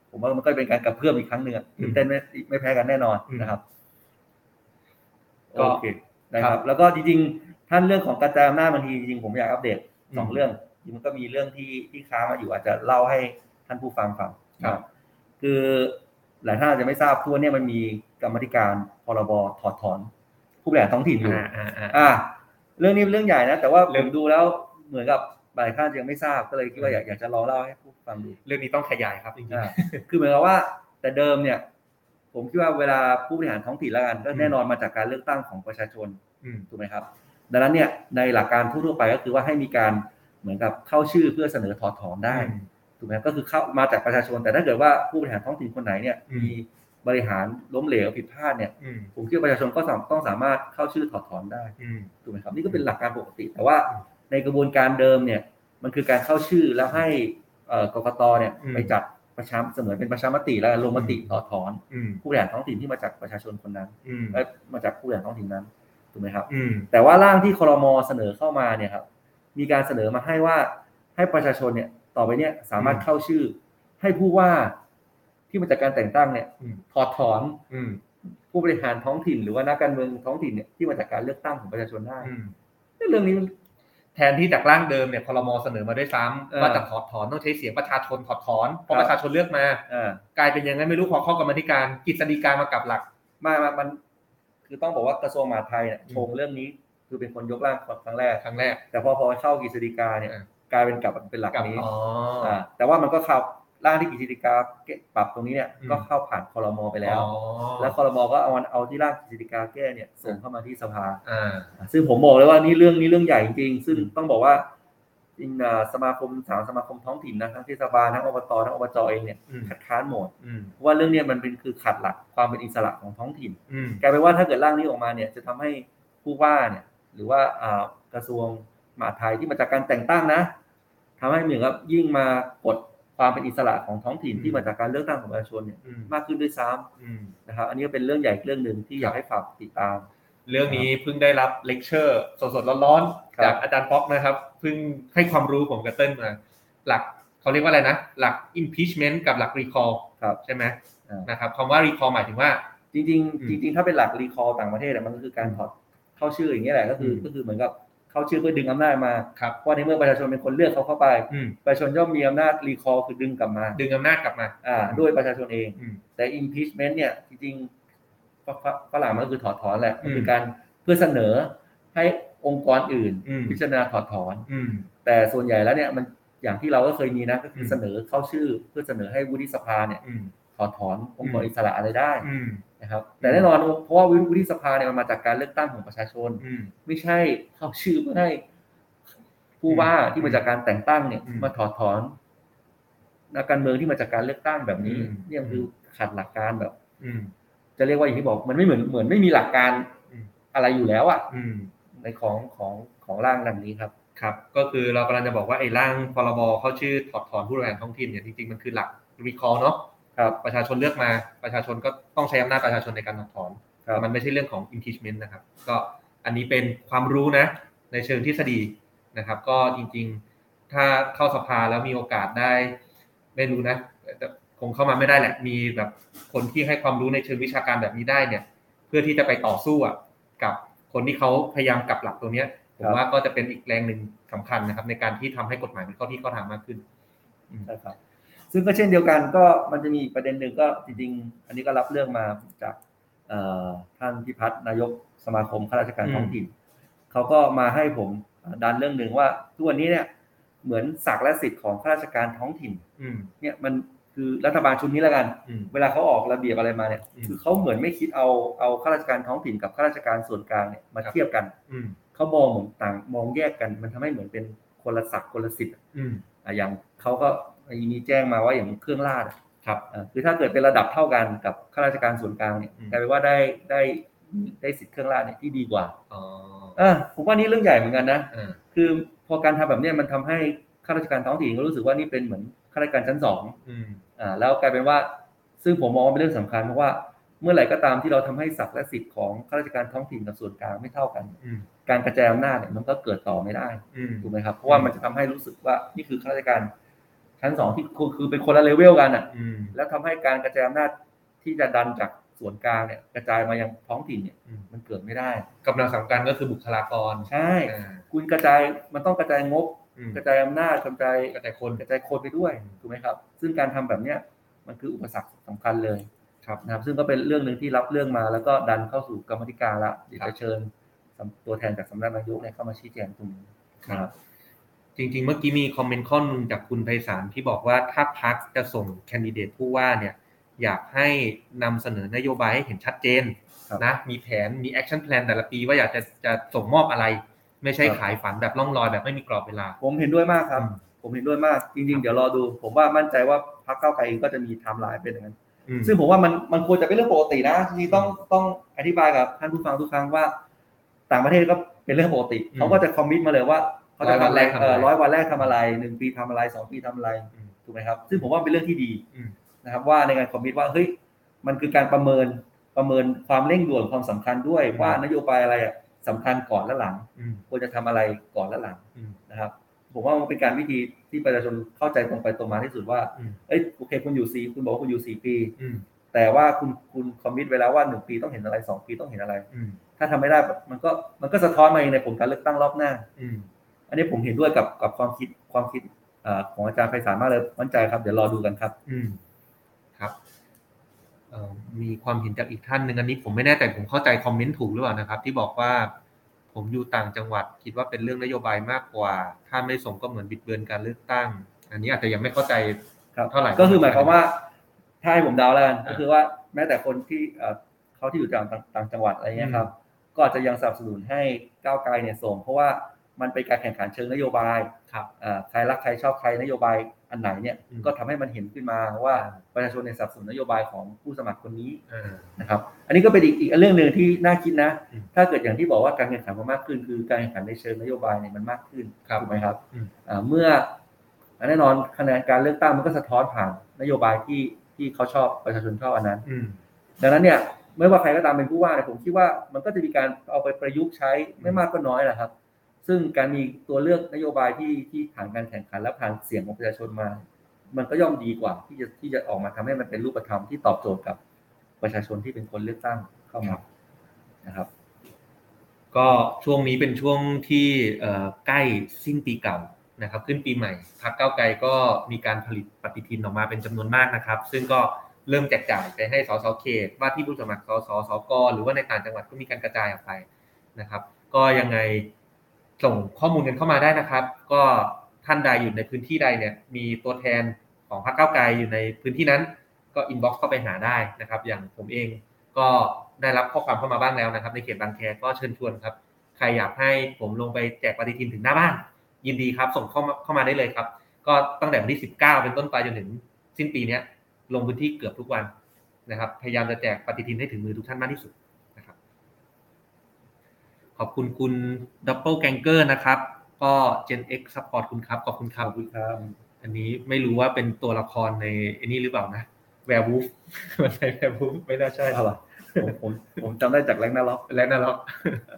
ผมว่ามันก็เป็นการกระเพื่อมอีกครั้งนึงตื่นเต้นไม่แพ้กันแน่นอนนะครับโอเคนะครับแล้วก็จริงๆท่านเรื่องของกระจายอำนาจบางทีจริงๆผมอยากอัปเดต2เรื่องมันก็มีเรื่องที่ค้ามาอยู่อาจจะเล่าให้ท่านผู้ฟังฟังครับคือหลายท่านอาจจะไม่ทราบทั่วเนี่ยมันมีกรรมธิการพรบถอดถอนผู้บริหารท้องถิ่นอยู่เรื่องนี้เป็นเรื่องใหญ่นะแต่ว่าผมดูแล้วเหมือนกับหลายท่านยังไม่ทราบก็เลยคิดว่าอยากจะลองเล่าให้ผู้ฟังดูเรื่องนี้ต้องขยายครับจริงๆคือเหมือนกับว่าแต่เดิมเนี่ยผมคิดว่าเวลาผู้บริหารท้องถิ่นแล้วกันก็แน่นอนมาจากการเลือกตั้งของประชาชนถูกไหมครับดังนั้นเนี่ยในหลักการทั่วไปก็คือว่าให้มีการเหมือนกับเข้าชื่อเพื่อเสนอถอดถอนได้ถูกไหมก็คือเข้ามาจากประชาชนแต่ถ้าเกิดว่าผู้บริหารท้องถิ่นคนไหนเนี่ยมีบริหารล้มเหลวผิดพลาดเนี่ยผมคิดว่าประชาชนก็ต้องสามารถเข้าชื่อถอดถอนได้ถูกไหมครับนี่ก็เป็นหลักการปกติแต่ว่าในกระบวนการเดิมเนี่ยมันคือการเข้าชื่อแล้วให้กกตเนี่ยไปจัดเสมือนเป็นประชามติแล้วลงมติถอดถอนผู้บริหารท้องถิ่นที่มาจากประชาชนคนนั้นมาจากผู้บริหารท้องถิ่นนั้นถูกไหมครับแต่ว่าร่างที่ครม.เสนอเข้ามาเนี่ยครับมีการเสนอมาให้ว่าให้ประชาชนเนี่ยต่อไปเนี่ยสามารถเข้าชื่อให้ผู้ว่าที่มาจากการแต่งตั้งเนี่ยถอดถอนผู้บริหารท้องถิ่นหรือว่านักการเมืองท้องถิ่นเนี่ยที่มาจากการเลือกตั้งของประชาชนได้เรื่องนี้แทนที่จากร่างเดิมเนี่ยครม.เสนอมาด้วยซ้ำว่าจะถอดถอนต้องใช้เสียงประชาชนถอดถอนเพราะประชาชนเลือกมากลายเป็นยังไงไม่รู้พอเข้ากรรมธิการกฤษฎีกามากับหลักมันคือต้องบอกว่ากระทรวงมหาดไทยเนี่ยชงเรื่องนี้คือเป็นคนยกร่างครั้งแรกแต่พอเข้ากฤษฎีกาเนี่ยกลายเป็นกลับเป็นหลักนี้แต่ว่ามันก็เข้าร่างที่กฤษฎีกาปรับตรงนี้เนี่ยก็เข้าผ่านครม.ไปแล้วแล้วครม.ก็เอาที่ร่างกฤษฎีกาแก้เนี่ยส่งเข้ามาที่สภาซึ่งผมบอกเลยว่านี่เรื่องใหญ่จริงๆซึ่งต้องบอกว่าจริงสมาคมท้องถิ่นนะทั้งเทศบาลทั้งอบตทั้งอบจเองเนี่ยคัดค้านหมดเพราะว่าเรื่องนี้มันเป็นคือขัดหลักความเป็นอิสระของท้องถิ่นกลายเป็นว่าถ้าเกิดร่างนี้ออกมาเนี่ยจะทำให้ผู้ว่าเนี่ยหรือว่ากระทรวงมหาดไทยที่มาจากการแต่งตั้งนะทำให้เหมือนกับยิ่งมากดความเป็นอิสระของท้องถิ่นที่มาจากการเลือกตั้งของประชาชนเนี่ยมากขึ้นด้วยซ้ำนะครับอันนี้เป็นเรื่องใหญ่เรื่องนึงที่อยากให้ฝากติดตามเรื่องนี้เพิ่งได้รับเลคเชอร์สดๆร้อนๆจากอาจารย์ป๊อกนะครับเพิ่งให้ความรู้ผมกับเติ้ลมาหลักเขาเรียกว่าอะไรนะหลัก impeachment กับหลัก recall ใช่ไหมนะครับคำว่า recall หมายถึงว่าจริงถ้าเป็นหลัก recall ต่างประเทศมันก็คือการถอดเข้าชื่ออย่างนี้แหละก็คือเหมือนกับเข้าชื่อเพื่อดึงอำนาจมาเพราะในเมื่อประชาชนเป็นคนเลือกเขาเข้าไปประชาชนย่อมมีอำนาจ recall คือดึงอำนาจกลับมาด้วยประชาชนเองแต่ impeachment เนี่ยจริงๆฝรั่งมันก็คือถอดถอนแหละมันคือการเพื่อเสนอให้องค์กรอื่นพิจารณาถอดถอนแต่ส่วนใหญ่แล้วเนี่ยมันอย่างที่เราก็เคยมีนะก็คือเสนอเข้าชื่อเพื่อเสนอให้วุฒิสภาเนี่ยถอดถอนองค์กรอิสระอะไรได้นะครับแต่แน่นอนเพราะว่าวุฒิสภาเนี่ยมันมาจากการเลือกตั้งของประชาชนไม่ใช่เข้าชื่อเพื่อให้ผู้ว่าที่มาจากการแต่งตั้งเนี่ยมาถอดถอนนักการเมืองที่มาจากการเลือกตั้งแบบนี้เนี่ยคือขัดหลักการแบบจะเรียกว่าอย่างที่บอกมันไม่เหมือนไม่มีหลักการอะไรอยู่แล้วอ่ะในของร่างดังนี้ครับก็คือเรากำลังจะบอกว่าไอ้ร่างพรบเข้าชื่อถอดถอนผู้บริหารท้องถิ่นเนี่ยจริงๆมันคือหลัก recall เนาะประชาชนเลือกมาประชาชนก็ต้องใช้อำนาจประชาชนในการถอดถอนมันไม่ใช่เรื่องของ impeachment นะครับก็อันนี้เป็นความรู้นะในเชิงทฤษฎีนะครับก็จริงๆถ้าเข้าสภาแล้วมีโอกาสได้ไม่รู้นะแต่คงเข้ามาไม่ได้แหละมีแบบคนที่ให้ความรู้ในเชิงวิชาการแบบนี้ได้เนี่ยเพื่อที่จะไปต่อสู้กับคนที่เขาพยายามกลับหลักตรงนี้ผมว่าก็จะเป็นอีกแรงหนึ่งสำคัญนะครับในการที่ทำให้กฎหมายมันเข้าที่เข้าทางมากขึ้นใช่ครับซึ่งก็เช่นเดียวกันก็มันจะมีประเด็นหนึ่งก็จริงๆอันนี้ก็รับเรื่องมาจากท่านพิพัฒน์นายกสมาคมข้าราชการท้องถิ่นเขาก็มาให้ผมดันเรื่องหนึ่งว่าทุกวันนี้เนี่ยเหมือนศักดิ์และสิทธิ์ของข้าราชการท้องถิ่นเนี่ยมันคือรัฐบาลชุดนี้แล้วกันเวลาเขาออกระเบียบอะไรมาเนี่ยคือเขาเหมือนไม่คิดเอาข้าราชการท้องถิ่นกับข้าราชการส่วนกลางเนี่ยมาเทียบกันเขามองเหมือนต่างมองแยกกันมันทำให้เหมือนเป็นคนละศักดิ์คนละสิทธิ์อย่างเขาก็มีแจ้งมาว่าอย่างเครื่องราชครับคือถ้าเกิดเป็นระดับเท่ากันกับข้าราชการส่วนกลางเนี่ยกลายเป็นว่าได้สิทธิ์เครื่องราชเนี่ยที่ดีกว่าผมว่านี่เรื่องใหญ่เหมือนกันนะคือพอการทำแบบนี้มันทำให้ข้าราชการท้องถิ่นก็รู้สึกว่านี่เป็นเหมือนข้าราชการชั้น2แล้วกลายเป็นว่าซึ่งผมมองว่าเป็นเรื่องสำคัญเพราะว่าเมื่อไหร่ก็ตามที่เราทำให้ศักดิ์และสิทธิ์ของข้าราชการท้องถิ่นกับส่วนกลางไม่เท่ากันการกระจายอำนาจเนี่ยมันก็เกิดต่อไม่ได้ถูกไหมครับเพราะว่ามันจะทำให้รู้สึกว่านี่คือข้าราชการชั้น2ที่คือเป็นคนละเลเวลกันอ่ะแล้วทำให้การกระจายอำนาจที่จะดันจากส่วนกลางเนี่ยกระจายมายังท้องถิ่นเนี่ยมันเกิดไม่ได้กำลังสำคัญก็คือบุคลากรใช่คุณกระจายมันต้องกระจายงบกระจายอำนาจกระจายคนไปด้วยถูกไหมครับซึ่งการทำแบบเนี้ยมันคืออุปสรรคสำคัญเลยนะครับซึ่งก็เป็นเรื่องนึงที่รับเรื่องมาแล้วก็ดันเข้าสู่กรรมธิการละเดี๋ยวจะเชิญตัวแทนจากสำนักนายกเนี่ยเข้ามาชี้แจงตรงนี้ครับจริงๆเมื่อกี้มีคอมเมนต์ข้อนึงจากคุณไพศาลที่บอกว่าถ้าพรรคจะส่งแคนดิเดตผู้ว่าเนี่ยอยากให้นำเสนอนโยบายให้เห็นชัดเจนนะมีแผนมีแอคชั่นแพลนแต่ละปีว่าอยากจะส่งมอบอะไรไม่ใช่ขายฝันแบบล่องลอยแบบไม่มีกรอบเวลาผมเห็นด้วยมากครับผมเห็นด้วยมากจริงๆเดี๋ยวรอดูผมว่ามั่นใจว่าพรรคก้าวไกลเองก็จะมีไทม์ไลน์เป็นอย่างนั้นซึ่งผมว่ามันควรจะเป็นเรื่องปกตินะจริงๆต้องอธิบายกับท่านผู้ฟังทุกครั้งว่าต่างประเทศก็เป็นเรื่องปกติเขาก็จะคอมมิตมาเลยว่าเขาจะทำอะไร100 วันแรกทำอะไร1 ปีทำอะไร2 ปีทำอะไรถูกไหมครับซึ่งผมว่าเป็นเรื่องที่ดีนะครับว่าในการคอมมิตว่าเฮ้ยมันคือการประเมินความเร่งด่วนความสำคัญด้วยว่านโยบายอะไรสำคัญก่อนและหลังควรจะทำอะไรก่อนและหลังนะครับผมว่ามันเป็นการวิธีที่ประชาชนเข้าใจตรงไปตรงมาที่สุดว่าโอเคคุณอยู่4คุณบอกว่าคุณอยู่4 ปีแต่ว่าคุณคอมมิตไว้แล้วว่า1 ปีต้องเห็นอะไร2 ปีต้องเห็นอะไรถ้าทำไม่ได้มันก็สะท้อนมาเองในผลการเลือกตั้งรอบหน้าอันนี้ผมเห็นด้วยกับความคิดของอาจารย์ไพศาลมากเลยมั่นใจครับเดี๋ยวรอดูกันครับครับมีความเห็นจากอีกท่านนึงอันนี้ผมไม่แน่ใจผมเข้าใจคอมเมนต์ถูกหรือเปล่านะครับที่บอกว่าผมอยู่ต่างจังหวัดคิดว่าเป็นเรื่องนโยบายมากกว่าถ้าไม่ส่งก็เหมือนบิดเบือนการเลือกตั้งอันนี้อาจจะยังไม่เข้าใจเท่าไหร่ก็คือหมายความว่าถ้าให้ผมเดาแล้วกันก็คือว่าแม้แต่คนที่เขาที่อยู่ต่างจังหวัดอะไรเงี้ยครับก็อาจจะยังสนับสนุนให้ก้าวไกลเนี่ยส่งเพราะว่ามันเป็นการแข่งขันเชิงนโยบายใครรักใครชอบใครนโยบายอันไหนเนี่ยก็ทำให้มันเห็นขึ้นมาว่าประชาชนในสนับสนุนนโยบายของผู้สมัครคนนี้นะครับอันนี้ก็เป็นอีกเรื่องนึงที่น่าคิดนะถ้าเกิดอย่างที่บอกว่าการแข่งขันมันมากขึ้นคือการแข่งขันในเชิงนโยบายเนี่ยมันมากขึ้นถูกไหมครับเมื่อแน่นอนคะแนนการเลือกตั้งมันก็สะท้อนผ่านนโยบายที่เขาชอบประชาชนชอบอันนั้นดังนั้นเนี่ยไม่ว่าใครก็ตามเป็นผู้ว่าเนี่ยผมคิดว่ามันก็จะมีการเอาไปประยุกต์ใช้ไม่มากก็น้อยแหละครับซึ่งการมีตัวเลือกนโยบายที่ผ่านการแข่งขันและผ่านเสียงของประชาชนมามันก็ย่อมดีกว่าที่จะออกมาทำให้มันเป็นรูปธรรมที่ตอบโจทย์กับประชาชนที่เป็นคนเลือกตั้งเข้ามานะครับก็ช่วงนี้เป็นช่วงที่ใกล้สิ้นปีเก่านะครับขึ้นปีใหม่พรรคก้าวไกลก็มีการผลิตปฏิทินออกมาเป็นจำนวนมากนะครับซึ่งก็เริ่มแจกจ่ายไปให้สสเขตว่าที่ผู้สมัครสสสกหรือว่าในต่างจังหวัดก็มีการกระจายออกไปนะครับก็ยังไงส่งข้อมูลกันเข้ามาได้นะครับก็ท่านใดอยู่ในพื้นที่ใดเนี่ยมีตัวแทนของพรรคก้าวไกลอยู่ในพื้นที่นั้นก็อินบ็อกซ์เข้าไปหาได้นะครับอย่างผมเองก็ได้รับข้อความเข้ามาบ้างแล้วนะครับในเขตบางแคก็เชิญชวนครับใครอยากให้ผมลงไปแจกปฏิทินถึงหน้าบ้านยินดีครับส่งเข้ามาได้เลยครับก็ตั้งแต่วันที่19เป็นต้นไปจนถึงสิ้นปีนี้ลงพื้นที่เกือบทุกวันนะครับพยายามจะแจกปฏิทินให้ถึงมือทุกท่านมากที่สุดนะครับขอบคุณคุณ Double Ganger นะครับก็ Gen X Support คุณครับขอบคุณครับอันนี้ไม่รู้ว่าเป็นตัวละครในอันนี้หรือเปล่านะแวร์วูฟมันใช่แวร์วูฟไม่น่าใช่หรอผมจำได้จากแรงนาล็อก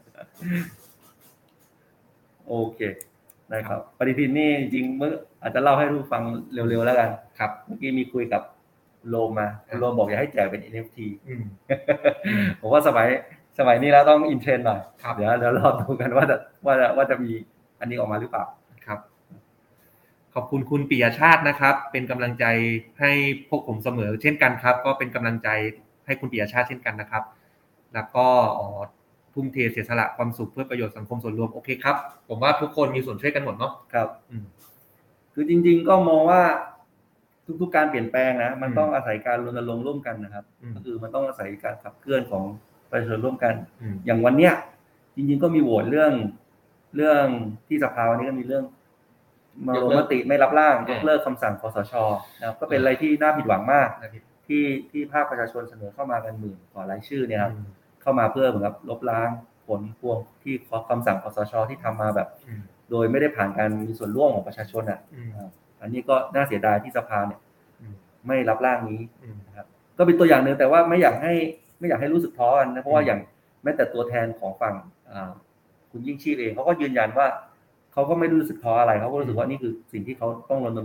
โอเคนะครับปฏิทินนี่จริงๆเมื่ออาจจะเล่าให้ทุกฟังเร็วๆแล้วกันครับเมื่อกี้มีคุยกับโรมมาโรมบอกอยากให้แจกเป็น NFT ผมว่าสมัยนี้แล้วต้องอินเทรนด์หน่อยเดี๋ยวรอดูกันว่าจะมีอันนี้ออกมาหรือเปล่าครับขอบคุณคุณปิยชาตินะครับเป็นกำลังใจให้พวกผมเสมอเช่นกันครับก็เป็นกำลังใจให้คุณปิยชาติเช่นกันนะครับแล้วก็ทุ่มเทเสียสละความสุขเพื่อประโยชน์สังคมส่วนรวมโอเคครับผมว่าทุกคนมีส่วนช่วยกันหมดเนาะครับคือจริงๆก็มองว่าทุกๆการเปลี่ยนแปลงนะมันต้องอาศัยการรณรงค์ร่วมกันนะครับก็คือมันต้องอาศัยการขับเคลื่อนของประชาชนร่วมกันอย่างวันเนี้ยจริงๆก็มีโหวตเรื่องที่สภาวันนี้ก็มีเรื่องลงมติไม่รับร่างยกเลิกคำสั่งคสช.นะครับก็เป็นอะไรที่น่าผิดหวังมากที่ภาคประชาชนเสนอเข้ามากันหมื่นกว่ารายชื่อเนี่ยครับเข้ามาเพื่อเหมือนกับลบล้างผลพวงที่คำสั่งคสช.ที่ทำมาแบบโดยไม่ได้ผ่านการมีส่วนร่วมของประชาชนอันนี้ก็น่าเสียดายที่สภาเนี่ยไม่รับร่างนี้นะครับก็เป็นตัวอย่างนึงแต่ว่าไม่อยากให้รู้สึกท้อกันนะเพราะว่าอย่างแม้แต่ตัวแทนของฝั่งคุณยิ่งชีพเองเขาก็ยืนยันว่าเขาก็ไม่รู้สึกท้ออะไรเขาก็รู้สึกว่านี่คือสิ่งที่เขาต้องรณรงค์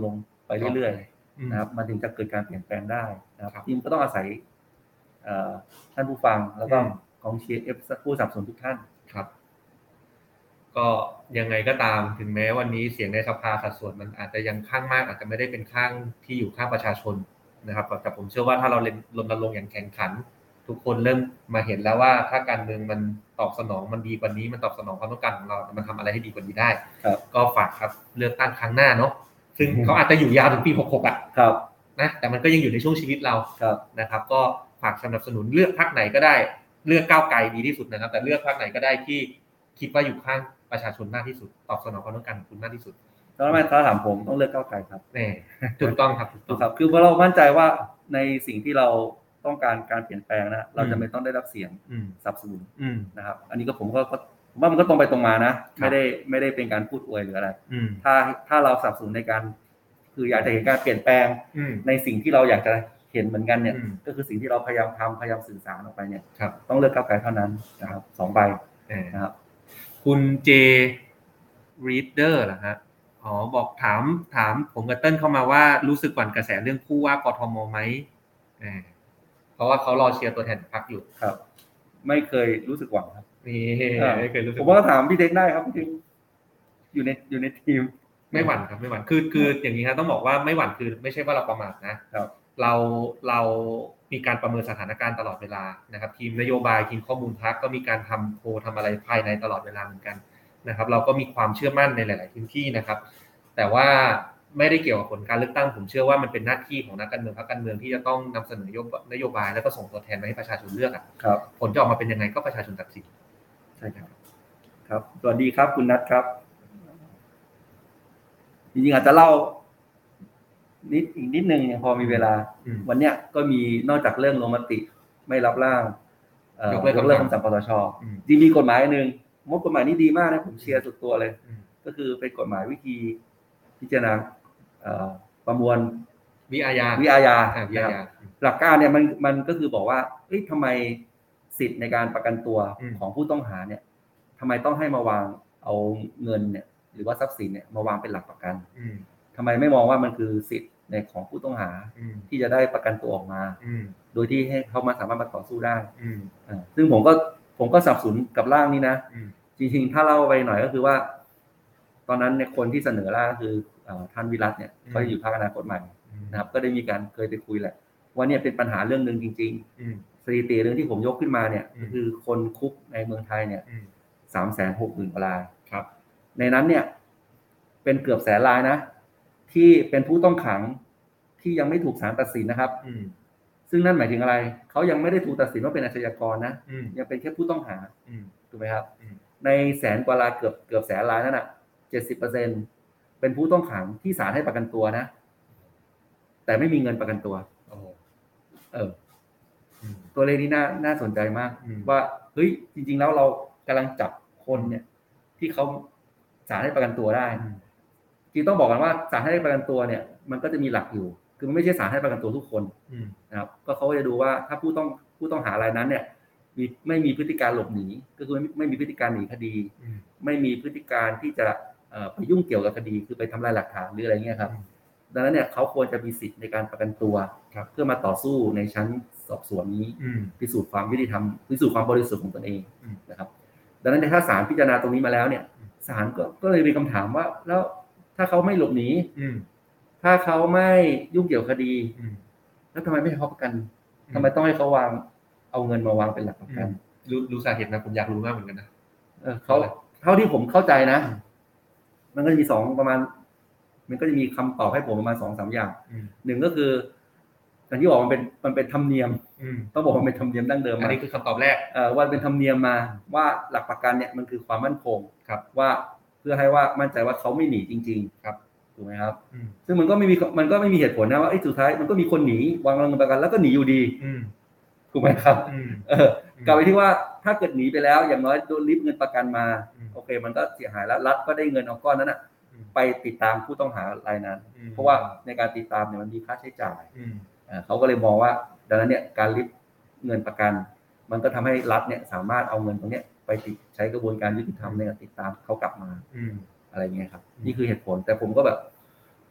ไปเรื่อยๆนะครับมันถึงจะเกิดการเปลี่ยนแปลงได้นะครับทีมก็ต้องอาศัยท่านผู้ฟังแล้วก็กองเชียร์ผู้สนับสนุนทุกท่านครับก็ยังไงก็ตามถึงแม้วันนี้เสียงในสภาสัดส่วนมันอาจจะยังข้างมากอาจจะไม่ได้เป็นข้างที่อยู่ข้างประชาชนนะครับแต่ผมเชื่อว่าถ้าเรารณรงค์อย่างแข่งขันทุกคนเริ่มมาเห็นแล้วว่าถ้าการเมืองมันตอบสนองมันดีกว่านี้มันตอบสนองความต้องการของเรามันทำอะไรให้ดีกว่านี้ได้ก็ฝากครับเลือกตั้งครั้งหน้าเนาะซึ่งเขาอาจจะอยู่ยาวถึงปี66อ่ะนะแต่มันก็ยังอยู่ในช่วงชีวิตเรานะครับก็ฝากสนับสนุนเลือกพรรคไหนก็ได้เลือกก้าวไกลดีที่สุดนะครับแต่เลือกพรรคไหนก็ได้ที่คิดว่าอยู่ข้างประชาชนมากที่สุดตอบสนองความต้องการของคุณมากที่สุดถ้าถามผมต้องเลือกก้าวไกลครับถูกต้องครับถูกต้องครับคือเรามั่นใจว่าในสิ่งที่เราต้องการเปลี่ยนแปลงนะเราจะไม่ต้องได้รับเสียงสนับสนุนนะครับอันนี้ก็ผมว่ามันก็ตรงไปตรงมานะไม่ได้เป็นการพูดอวยหรืออะไรถ้าเราสนับสนุนในการคืออยากจะเห็นการเปลี่ยนแปลงในสิ่งที่เราอยากจะเห็นเหมือนกันเนี่ยก็คือสิ่งที่เราพยายามสื่อสารออกไปเนี่ยต้องเลือกก้าวไกลเท่านั้นนะครับ2ใบนะครับคุณเจรีดเดอร์เหรอฮะบอกถามผมกับเติ้ลเข้ามาว่ารู้สึกหวั่นกระแสเรื่องผู้ว่ากทมไหมเพราะว่าเขารอเชียร์ตัวแทนพรรคอยู่ครับไม่เคยรู้สึกหวั่นครับนี่ไม่เคยรู้สึกผมว่าถามพี่เด็กได้ครับพี่อยู่ในทีมไม่หวั่นครับไม่หวั่นคืออย่างนี้ครับต้องบอกว่าไม่หวั่นคือไม่ใช่ว่าเราประมาทนะครับเรามีการประเมินสถานการณ์ตลอดเวลานะครับทีมนโยบายทีมข้อมูลพรรคก็มีการทำโพลทำอะไรภายในตลอดเวลาเหมือนกันนะครับเราก็มีความเชื่อมั่นในหลายๆพื้นที่นะครับแต่ว่าไม่ได้เกี่ยวกับผลการเลือกตั้งผมเชื่อว่ามันเป็นหน้าที่ของนักการเมืองพรรคการเมืองที่จะต้องนำเสนอนโยบายแล้วก็ส่งตัวแทนมาให้ประชาชนเลือกครับผลจะออกมาเป็นยังไงก็ประชาชนตัดสินใช่ครับสวัสดีครับคุณนัทครับจริงๆอาจจะเล่าอีกนิดนึงเนี่ยพอมีเวลาวันเนี้ยก็มีนอกจากเรื่องลงมติไม่รับร่างยกเลิกคำสั่งคสช.จริงมีกฎหมายนึงกฎหมายนี้ดีมากนะผมเชียร์สุดตัวเลยก็คือเป็นกฎหมายวิธีพิจารณาประมวลวิอาญาหลักการเนี่ยมันก็คือบอกว่าทำไมสิทธิ์ในการประกันตัวของผู้ต้องหาเนี่ยทำไมต้องให้มาวางเอาเงินเนี่ยหรือว่าทรัพย์สินเนี่ยมาวางเป็นหลักประกันทำไมไม่มองว่ามันคือสิทธิ์ในของผู้ต้องหาที่จะได้ประกันตัวออกมาโดยที่ให้เขามาสามารถมาต่อสู้ได้ซึ่งผมก็สนับสนุนกับร่างนี้นะจริงๆถ้าเล่าไปหน่อยก็คือว่าตอนนั้นเนี่ยคนที่เสนอร่างก็คือท่านวิรัตเนี่ยเขาอยู่พรรคอนาคตใหม่นะครับก็ได้มีการเคยไปคุยแหละว่าเนี่ยเป็นปัญหาเรื่องนึงจริงๆสถิติเรื่องที่ผมยกขึ้นมาเนี่ยคือคนคุกในเมืองไทยเนี่ย 360,000 กว่ารายครับในนั้นเนี่ยเป็นเกือบแสนรายนะที่เป็นผู้ต้องขังที่ยังไม่ถูกศาลตัดสินนะครับซึ่งนั่นหมายถึงอะไรเขายังไม่ได้ถูกตัดสินว่าเป็นอาชญากรนะยังเป็นแค่ผู้ต้องหาถูกไหมครับในแสนกว่ารายเกือบแสนรายนั่นน่ะ 70% เป็นผู้ต้องขังที่ศาลให้ประกันตัวนะแต่ไม่มีเงินประกันตัวตัวเลขนี้น่าสนใจมากว่าเฮ้ยจริงๆแล้วเรากำลังจับคนเนี่ยที่เขาศาลให้ประกันตัวได้จริงต้องบอกกันว่าศาลให้ประกันตัวเนี่ยมันก็จะมีหลักอยู่คือมันไม่ใช่ศาลให้ประกันตัวทุกคนนะครับก็เขาจะดูว่าถ้าผู้ต้องหารายนั้นเนี่ยไม่มีพฤติการหลบหนีก็คือไม่มีพฤติการหนีคดีไม่มีพฤติการที่จะไปยุ่งเกี่ยวกับคดีคือไปทำลายหลักฐานหรืออะไรเงี้ยครับดังนั้นเนี่ยเขาควรจะมีสิทธิ์ในการประกันตัวเพื่อมาต่อสู้ในชั้นสอบสวนนี้พิสูจน์ความยุติธรรมพิสูจน์ความบริสุทธิ์ของตนเองนะครับดังนั้นถ้าศาลพิจารณาตรงนี้มาแล้วเนี่ยศาลก็เลยมีคำถามว่าแล้วถ้าเขาไม่หลบหนีถ้าเขาไม่ยุ่งเกี่ยวคดีแล้วทำไมไม่ให้เขาประกันทำไมต้องให้เขาเอาเงินมาวางเป็นหลักประกันรู้สาเหตุนะผมอยากรู้มากเหมือนกันนะเขาเท่าที่ผมเข้าใจนะมันก็จะมีประมาณมันก็จะมีคำตอบให้ผมประมาณ 2-3 อย่างหนึ่งก็คืออย่างที่บอกมันเป็นธรรมเนียมต้องบอกมันเป็นธรรมเนียมดั้งเดิมอันนี้คือคำตอบแรกว่าเป็นธรรมเนียมมาว่าหลักประกันเนี่ยมันคือความมั่นคงว่าเพื่อให้ว่ามั่นใจว่าเขาไม่หนีจริงๆครับถูกไหมครับซึ่งมันก็ไม่มีเหตุผลนะว่าสุดท้ายมันก็มีคนหนีวางเงินประกันแล้วก็หนีอยู่ดีถูกไหมครับกลับไปที่ว่าถ้าเกิดหนีไปแล้วอย่างน้อยโดนริบเงินประกันมาโอเคมันก็เสียหายแล้วรัฐก็ได้เงินเอาก้อนนั้นไปติดตามผู้ต้องหารายนั้นเพราะว่าในการติดตามเนี่ยมันมีค่าใช้จ่ายเขาก็เลยมองว่าดังนั้นเนี่ยการริบเงินประกันมันก็ทำให้รัฐเนี่ยสามารถเอาเงินตรงนี้ไปใช้กระบวนการยุติธรรมในการติดตามเขากลับมาอะไรเงี้ยครับนี่คือเหตุผลแต่ผมก็แบบ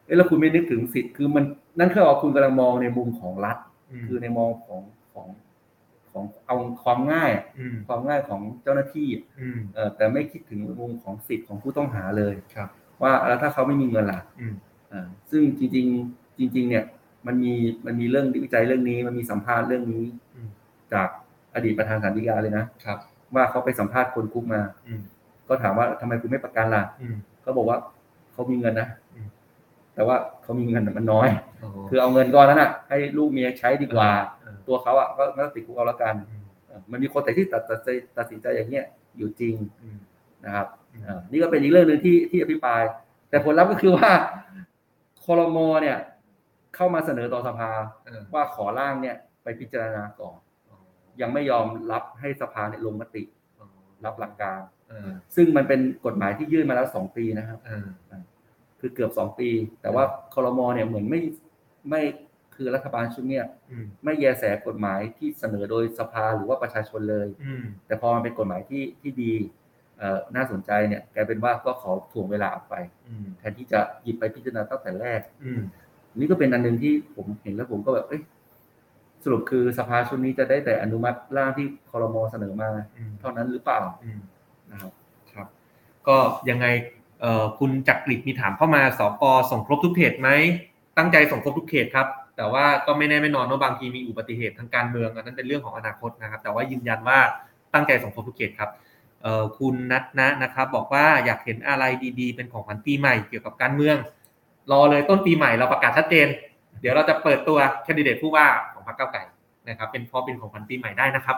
แล้วคุณไม่นึกถึงสิทธิ์คือมันนั่นคือว่าคุณกำลังมองในมุมของรัฐคือในมองของเอาความง่ายของเจ้าหน้าที่แต่ไม่คิดถึงมุมของสิทธิ์ของผู้ต้องหาเลยว่าแล้วถ้าเขาไม่มีเงินล่ะซึ่งจริงเนี่ยมันมีเรื่องวิจัยเรื่องนี้มันมีสัมภาษณ์เรื่องนี้จากอดีตประธานศาลฎีกาเลยนะครับว่าเขาไปสัมภาษณ์คนคุกมาก็ถามว่าทำไมคุณไม่ประกันล่ะเขาบอกว่าเขามีเงินนะแต่ว่าเขามีเงินมันน้อยคือเอาเงินก้อนนั้นน่ะให้ลูกเมียใช้ดีกว่าตัวเขาอ่ะก็ติดคุกเอาละกันมันมีคนแต่ที่ตัดสินใจอย่างเงี้ยอยู่จริงนะครับนี่ก็เป็นอีกเรื่องนึงที่อภิปรายแต่ผลลัพธ์ก็คือว่าครม.เนี่ยเข้ามาเสนอต่อสภาว่าขอร่างเนี่ยไปพิจารณาก่อนยังไม่ยอมรับให้สภาเนี่ยลงมติรับหลักการซึ่งมันเป็นกฎหมายที่ยื่นมาแล้ว2 ปีนะครับคือเกือบ2 ปีแต่ว่าครม.เนี่ยเหมือนไม่คือรัฐบาลชุดนี้ไม่แยแสกฎหมายที่เสนอโดยสภาหรือว่าประชาชนเลยแต่พอมันเป็นกฎหมายที่ดีน่าสนใจเนี่ยกลายเป็นว่าก็ขอถ่วงเวลาออกไปแทนที่จะหยิบไปพิจารณาตั้งแต่แรกนี่ก็เป็นอันนึงที่ผมเห็นแล้วผมก็แบบสรุปคือสภาชุดนี้จะได้แต่อนุมัติร่างที่ครม.เสนอมาเท่านั้นหรือเปล่านะครับครับก็ยังไงคุณจักริดมีถามเข้ามาสป.ส่งครบทุกเขตไหมตั้งใจส่งครบทุกเขตครับแต่ว่าก็ไม่แน่ไม่นอนว่าบางทีมีอุบัติเหตุทางการเมืองอันนั้นเป็นเรื่องของอนาคตนะครับแต่ว่ายืนยันว่าตั้งใจส่งครบทุกเขตครับคุณนัทนะครับบอกว่าอยากเห็นอะไรดีๆเป็นของขวัญปีใหม่เกี่ยวกับการเมืองรอเลยต้นปีใหม่เราประกาศชัดเจนเดี๋ยวเราจะเปิดตัวแคนดิเดตผู้ว่าของพรรคก้าวไกลนะครับเป็นของขวัญปีใหม่ได้นะครับ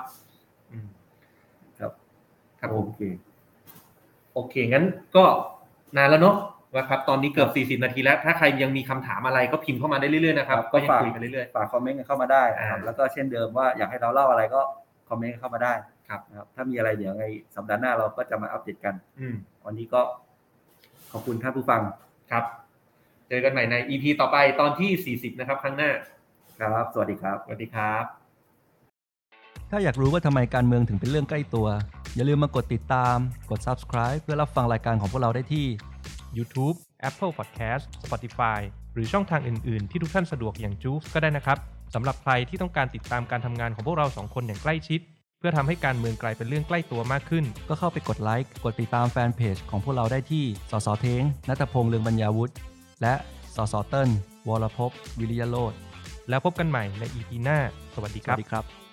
ครับโอเคงั้นก็นานแล้วเนาะครับตอนนี้เกือบ40 นาทีแล้วถ้าใครยังมีคำถามอะไรก็พิมพ์เข้ามาได้เรื่อยๆนะครับก็ยังคุยกันเรื่อยๆฝากคอมเมนต์กันเข้ามาได้ครับแล้วก็เช่นเดิมว่าอยากให้เราเล่าอะไรก็คอมเมนต์เข้ามาได้ครับถ้ามีอะไรเดี๋ยวไงสัปดาห์หน้าเราก็จะมาอัปเดตกันวันนี้ก็ขอบคุณท่านผู้ฟังครับเจอกันใหม่ใน EP ต่อไปตอนที่40นะครับครั้งหน้าครับสวัสดีครับสวัสดีครับถ้าอยากรู้ว่าทำไมการเมืองถึงเป็นเรื่องใกล้ตัวอย่าลืมมากดติดตามกด Subscribe เพื่อรับฟังรายการของพวกเราได้ที่ YouTube Apple Podcast Spotify หรือช่องทางอื่นๆที่ทุกท่านสะดวกอย่างจู๊ฟก็ได้นะครับสำหรับใครที่ต้องการติดตามการทำงานของพวกเรา2 คนอย่างใกล้ชิดเพื่อทำให้การเมืองกลายเป็นเรื่องใกล้ตัวมากขึ้นก็เข้าไปกดไลค์กดติดตามแฟนเพจของพวกเราได้ที่สส.เท้งณัฐพงษ์ เลืองบรรยาวุฒิและสส.เติ้ล วรภพ วิริยโรจน์แล้วพบกันใหม่ใน EP หน้าสวัสดีครับ